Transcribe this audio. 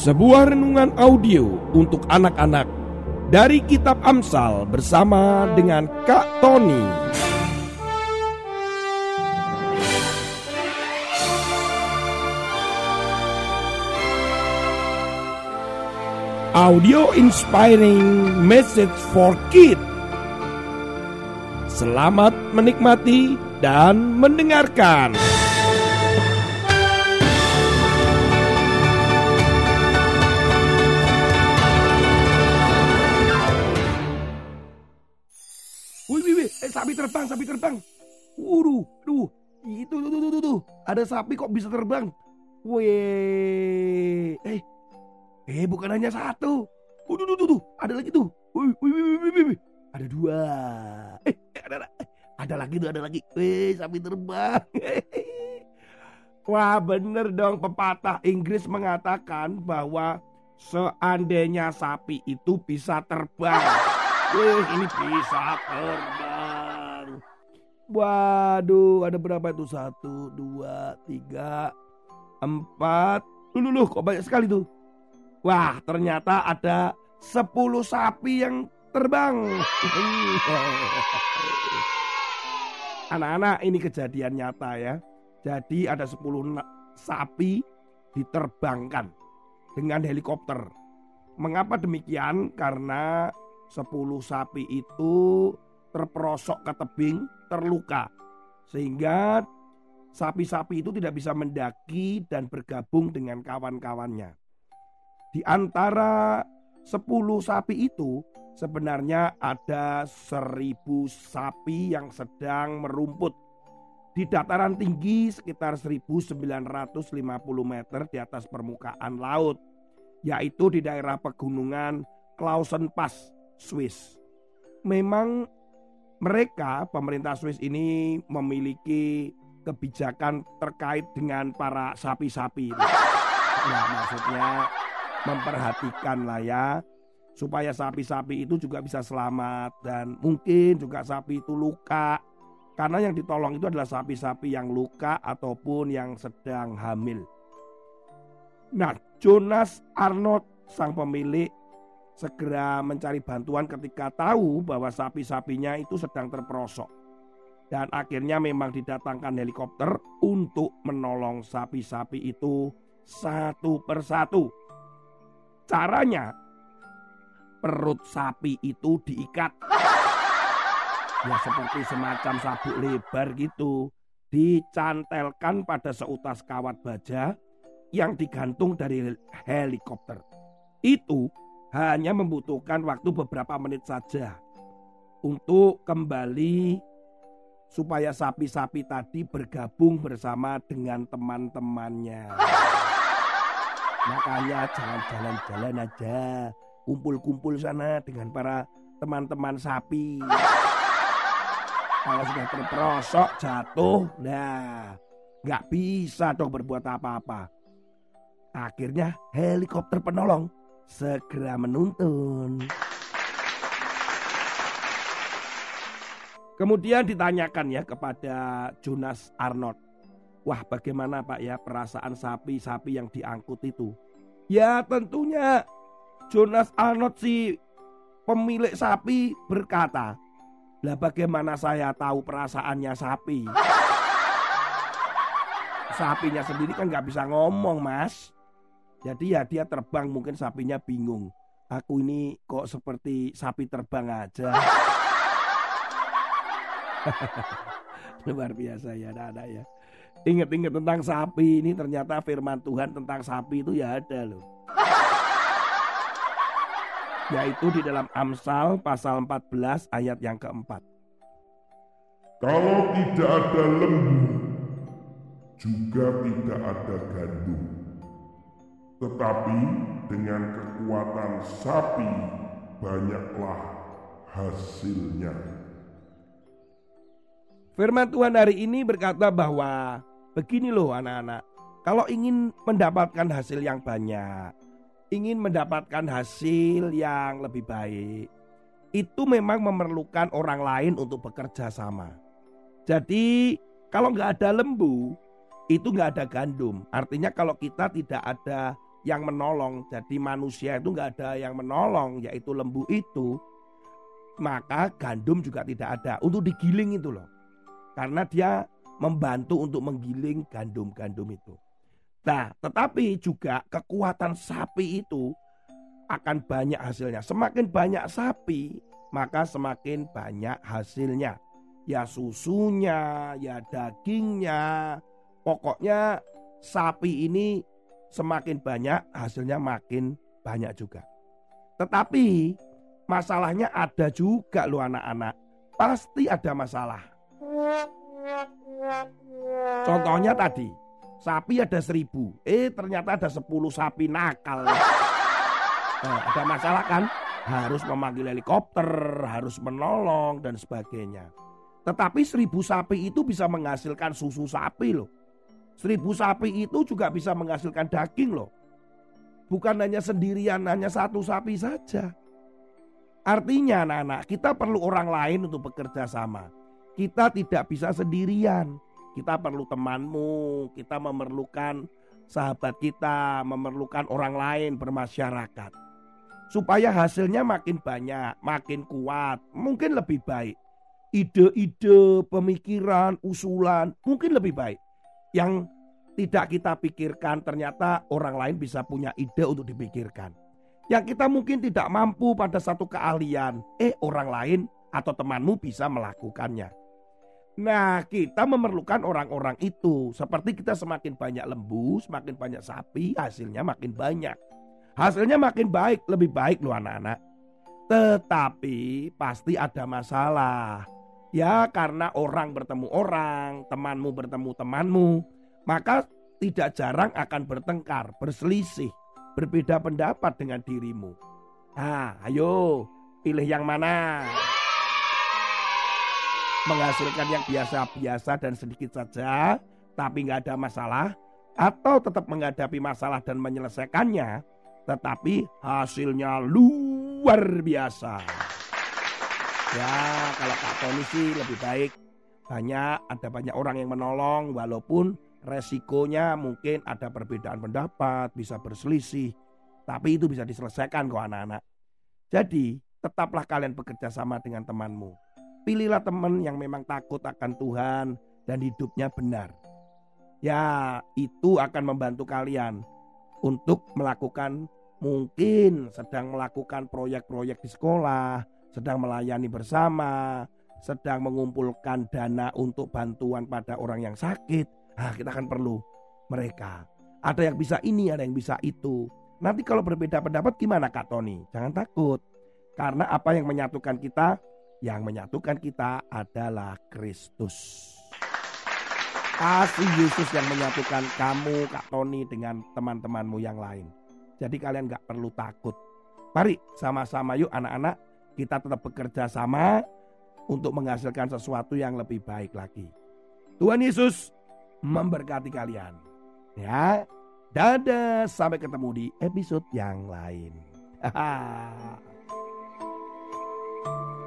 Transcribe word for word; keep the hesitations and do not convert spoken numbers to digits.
Sebuah renungan audio untuk anak-anak dari Kitab Amsal bersama dengan Kak Tony. Audio inspiring message for kids. Selamat menikmati dan mendengarkan. Wih, wih, wih, eh, sapi terbang, sapi terbang. Waduh, duh, itu tuh, tuh, tuh, tuh, tuh, ada sapi kok bisa terbang. Wih, eh, eh, bukan hanya satu. Waduh, tuh, tuh, tuh, ada lagi tuh. Wih, wih, wih, wih, wih, wih. Ada dua. Eh, ada, ada, ada lagi tuh, ada lagi. Wih, sapi terbang. Wah, bener dong, pepatah Inggris mengatakan bahwa seandainya sapi itu bisa terbang. Wih, ini bisa terbang. Waduh, ada berapa itu? Satu, dua, tiga, empat. Loh, loh, kok banyak sekali tuh. Wah, ternyata ada sepuluh sapi yang terbang. Anak-anak, ini kejadian nyata ya. Jadi ada sepuluh sapi diterbangkan dengan helikopter. Mengapa demikian? Karena sepuluh sapi itu terperosok ke tebing, terluka. Sehingga sapi-sapi itu tidak bisa mendaki dan bergabung dengan kawan-kawannya. Di antara sepuluh sapi itu sebenarnya ada seribu sapi yang sedang merumput di dataran tinggi sekitar seribu sembilan ratus lima puluh meter di atas permukaan laut, yaitu di daerah pegunungan Klausenpass, Swiss. Memang mereka, pemerintah Swiss ini memiliki kebijakan terkait dengan para sapi-sapi itu. Ya, maksudnya memperhatikan lah ya, supaya sapi-sapi itu juga bisa selamat. Dan mungkin juga sapi itu luka, karena yang ditolong itu adalah sapi-sapi yang luka ataupun yang sedang hamil. Nah, Jonas Arnold, sang pemilik, segera mencari bantuan ketika tahu bahwa sapi-sapinya itu sedang terperosok. Dan akhirnya memang didatangkan helikopter untuk menolong sapi-sapi itu satu persatu. Caranya, perut sapi itu diikat. Ya, seperti semacam sabuk lebar gitu. Dicantelkan pada seutas kawat baja yang digantung dari helikopter. Itu hanya membutuhkan waktu beberapa menit saja untuk kembali supaya sapi-sapi tadi bergabung bersama dengan teman-temannya. Makanya jangan jalan-jalan aja, kumpul-kumpul sana dengan para teman-teman sapi. Kalau sudah terperosok, jatuh, nah nggak bisa dong berbuat apa-apa. Akhirnya helikopter penolong segera menuntun. Kemudian ditanyakan ya kepada Jonas Arnold, wah, bagaimana Pak ya perasaan sapi-sapi yang diangkut itu? Ya tentunya Jonas Arnold si pemilik sapi berkata, lah bagaimana saya tahu perasaannya sapi? Sapinya sendiri kan gak bisa ngomong, Mas. Jadi ya dia terbang, mungkin sapinya bingung. Aku ini kok seperti sapi terbang aja. Luar biasa ya anak-anak ya. Ingat-ingat tentang sapi ini, ternyata firman Tuhan tentang sapi itu ya ada loh. Yaitu di dalam Amsal pasal empat belas ayat yang keempat. Kalau tidak ada lembu, juga tidak ada gandum. Tetapi dengan kekuatan sapi banyaklah hasilnya. Firman Tuhan hari ini berkata bahwa begini loh anak-anak, kalau ingin mendapatkan hasil yang banyak, ingin mendapatkan hasil yang lebih baik, itu memang memerlukan orang lain untuk bekerja sama. Jadi kalau nggak ada lembu, itu nggak ada gandum. Artinya kalau kita tidak ada yang menolong. Jadi manusia itu nggak ada yang menolong, yaitu lembu itu. Maka gandum juga tidak ada untuk digiling itu loh. Karena dia membantu untuk menggiling gandum-gandum itu. Nah, tetapi juga kekuatan sapi itu akan banyak hasilnya. Semakin banyak sapi, maka semakin banyak hasilnya. Ya susunya, ya dagingnya. Pokoknya sapi ini semakin banyak, hasilnya makin banyak juga. Tetapi masalahnya ada juga loh anak-anak. Pasti ada masalah. Contohnya tadi, sapi ada seribu. Eh ternyata ada sepuluh sapi nakal. Nah, ada masalah kan? Harus memanggil helikopter, harus menolong dan sebagainya. Tetapi seribu sapi itu bisa menghasilkan susu sapi loh. Seribu sapi itu juga bisa menghasilkan daging loh. Bukan hanya sendirian, hanya satu sapi saja. Artinya anak-anak, kita perlu orang lain untuk bekerja sama. Kita tidak bisa sendirian. Kita perlu temanmu, kita memerlukan sahabat kita, memerlukan orang lain bermasyarakat. Supaya hasilnya makin banyak, makin kuat, mungkin lebih baik. Ide-ide, pemikiran, usulan mungkin lebih baik. Yang tidak kita pikirkan ternyata orang lain bisa punya ide untuk dipikirkan. Yang kita mungkin tidak mampu pada satu keahlian, eh orang lain atau temanmu bisa melakukannya. Nah, kita memerlukan orang-orang itu. Seperti kita semakin banyak lembu, semakin banyak sapi, hasilnya makin banyak. Hasilnya makin baik, lebih baik loh anak-anak. Tetapi pasti ada masalah. Ya karena orang bertemu orang, temanmu bertemu temanmu, maka tidak jarang akan bertengkar, berselisih, berbeda pendapat dengan dirimu. Nah, ayo pilih yang mana? Menghasilkan yang biasa-biasa dan sedikit saja, tapi nggak ada masalah, atau tetap menghadapi masalah dan menyelesaikannya, tetapi hasilnya luar biasa. Ya, kalau Kak Tony sih lebih baik banyak ada banyak orang yang menolong, walaupun resikonya mungkin ada perbedaan pendapat, bisa berselisih, tapi itu bisa diselesaikan kok anak-anak. Jadi tetaplah kalian bekerja sama dengan temanmu. Pilihlah teman yang memang takut akan Tuhan dan hidupnya benar. Ya, itu akan membantu kalian untuk melakukan, mungkin sedang melakukan proyek-proyek di sekolah, sedang melayani bersama, sedang mengumpulkan dana untuk bantuan pada orang yang sakit. Nah, kita akan perlu mereka. Ada yang bisa ini, ada yang bisa itu. Nanti kalau berbeda pendapat gimana Kak Tony? Jangan takut. Karena apa yang menyatukan kita? Yang menyatukan kita adalah Kristus. Kasih Yesus yang menyatukan kamu, Kak Tony, dengan teman-temanmu yang lain. Jadi kalian gak perlu takut. Mari sama-sama yuk anak-anak, kita tetap bekerja sama untuk menghasilkan sesuatu yang lebih baik lagi. Tuhan Yesus memberkati kalian. Ya, dadah, sampai ketemu di episode yang lain. Haha.